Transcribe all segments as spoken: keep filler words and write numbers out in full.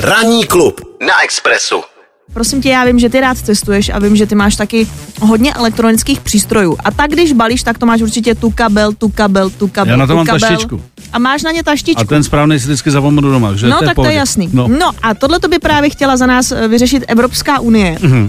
Ranní klub na Expressu. Prosím tě, já vím, že ty rád cestuješ a vím, že ty máš taky hodně elektronických přístrojů. A tak, když balíš, tak to máš určitě tu kabel, tu kabel, tu kabel, Já na to tu mám kabel. taštičku. A máš na ně taštičku. A ten správný si vždycky zapomenu doma, že? No, to je tak to je jasný. No. no a tohle to by právě chtěla za nás vyřešit Evropská unie. Mhm.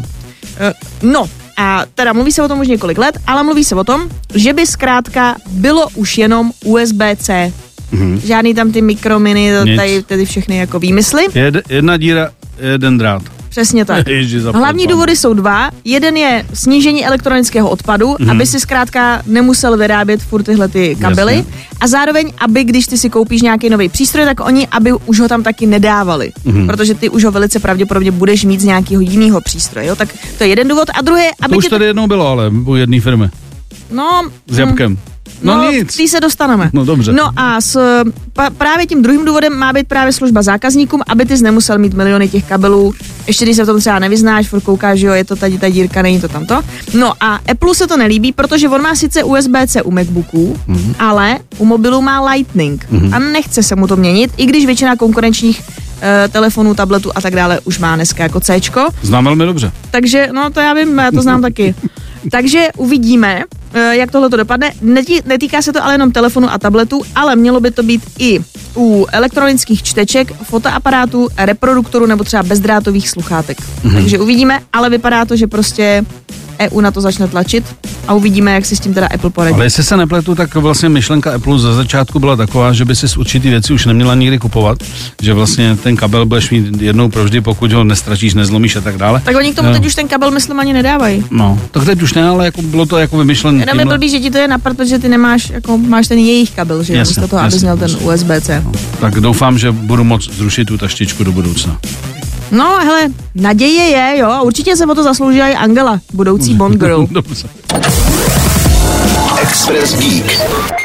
No, a teda mluví se o tom už několik let, ale mluví se o tom, že by zkrátka bylo už jenom U S B C. Mhm. Žádný tam ty mikrominy, tady, tady všechny jako výmysly. Jed, jedna díra, jeden drát. Přesně tak. Ježi, Hlavní důvody jsou dva. Jeden je snížení elektronického odpadu, mm-hmm. aby si zkrátka nemusel vyrábět furt tyhle ty kabely. Jasně. A zároveň, aby když ty si koupíš nějaký nový přístroj, tak oni, aby už ho tam taky nedávali. Mm-hmm. Protože ty už ho velice pravděpodobně budeš mít z nějakého jiného přístroje. Jo? Tak to je jeden důvod. A druhý je, aby... To už tady t... jednou bylo, ale u jedné firmy. No... S jabkem. Mm. No, no nic. Tý se dostaneme. No dobře. No a s, pa, právě tím druhým důvodem má být právě služba zákazníkům, aby ty nemusel mít miliony těch kabelů. Ještě když se v tom třeba nevyznáš, furt koukáš, že jo, je to tady ta dírka, není to tamto. No a Apple se to nelíbí, protože on má sice U S B C u MacBooků, mm-hmm. ale u mobilu má Lightning mm-hmm. a nechce se mu to měnit, i když většina konkurenčních uh, telefonů, tabletů a tak dále už má dneska jako Cčko. Znám velmi dobře. Takže, no to já vím, já to znám taky. Takže uvidíme, jak tohle to dopadne. Netí, netýká se to ale jenom telefonu a tabletu, ale mělo by to být i u elektronických čteček, fotoaparátů, reproduktorů nebo třeba bezdrátových sluchátek. Mm-hmm. Takže uvidíme, ale vypadá to, že prostě E U na to začne tlačit a uvidíme, jak si s tím teda Apple poradí. Ale jestli se nepletu, tak vlastně myšlenka Apple za začátku byla taková, že by si z určitý věci už neměla nikdy kupovat, že vlastně ten kabel budeš mít jednou provždy, pokud ho nestračíš, nezlomíš a tak dále. Tak oni k tomu no. teď už ten kabel, myslím, ani nedávají. No, tak teď už ne, ale jako bylo to jako vymyšlené. Jenom je blbý, že ti to je napad, protože ty nemáš, jako máš ten jejich kabel, že jasně, místo toho, abys měl ten U S B C. No, tak doufám, že budu moct zrušit tu taštičku do budoucna. No, hele, naděje je, jo, určitě se o to zaslouží i Angela, budoucí Bond Girl. Dobře. Express Geek.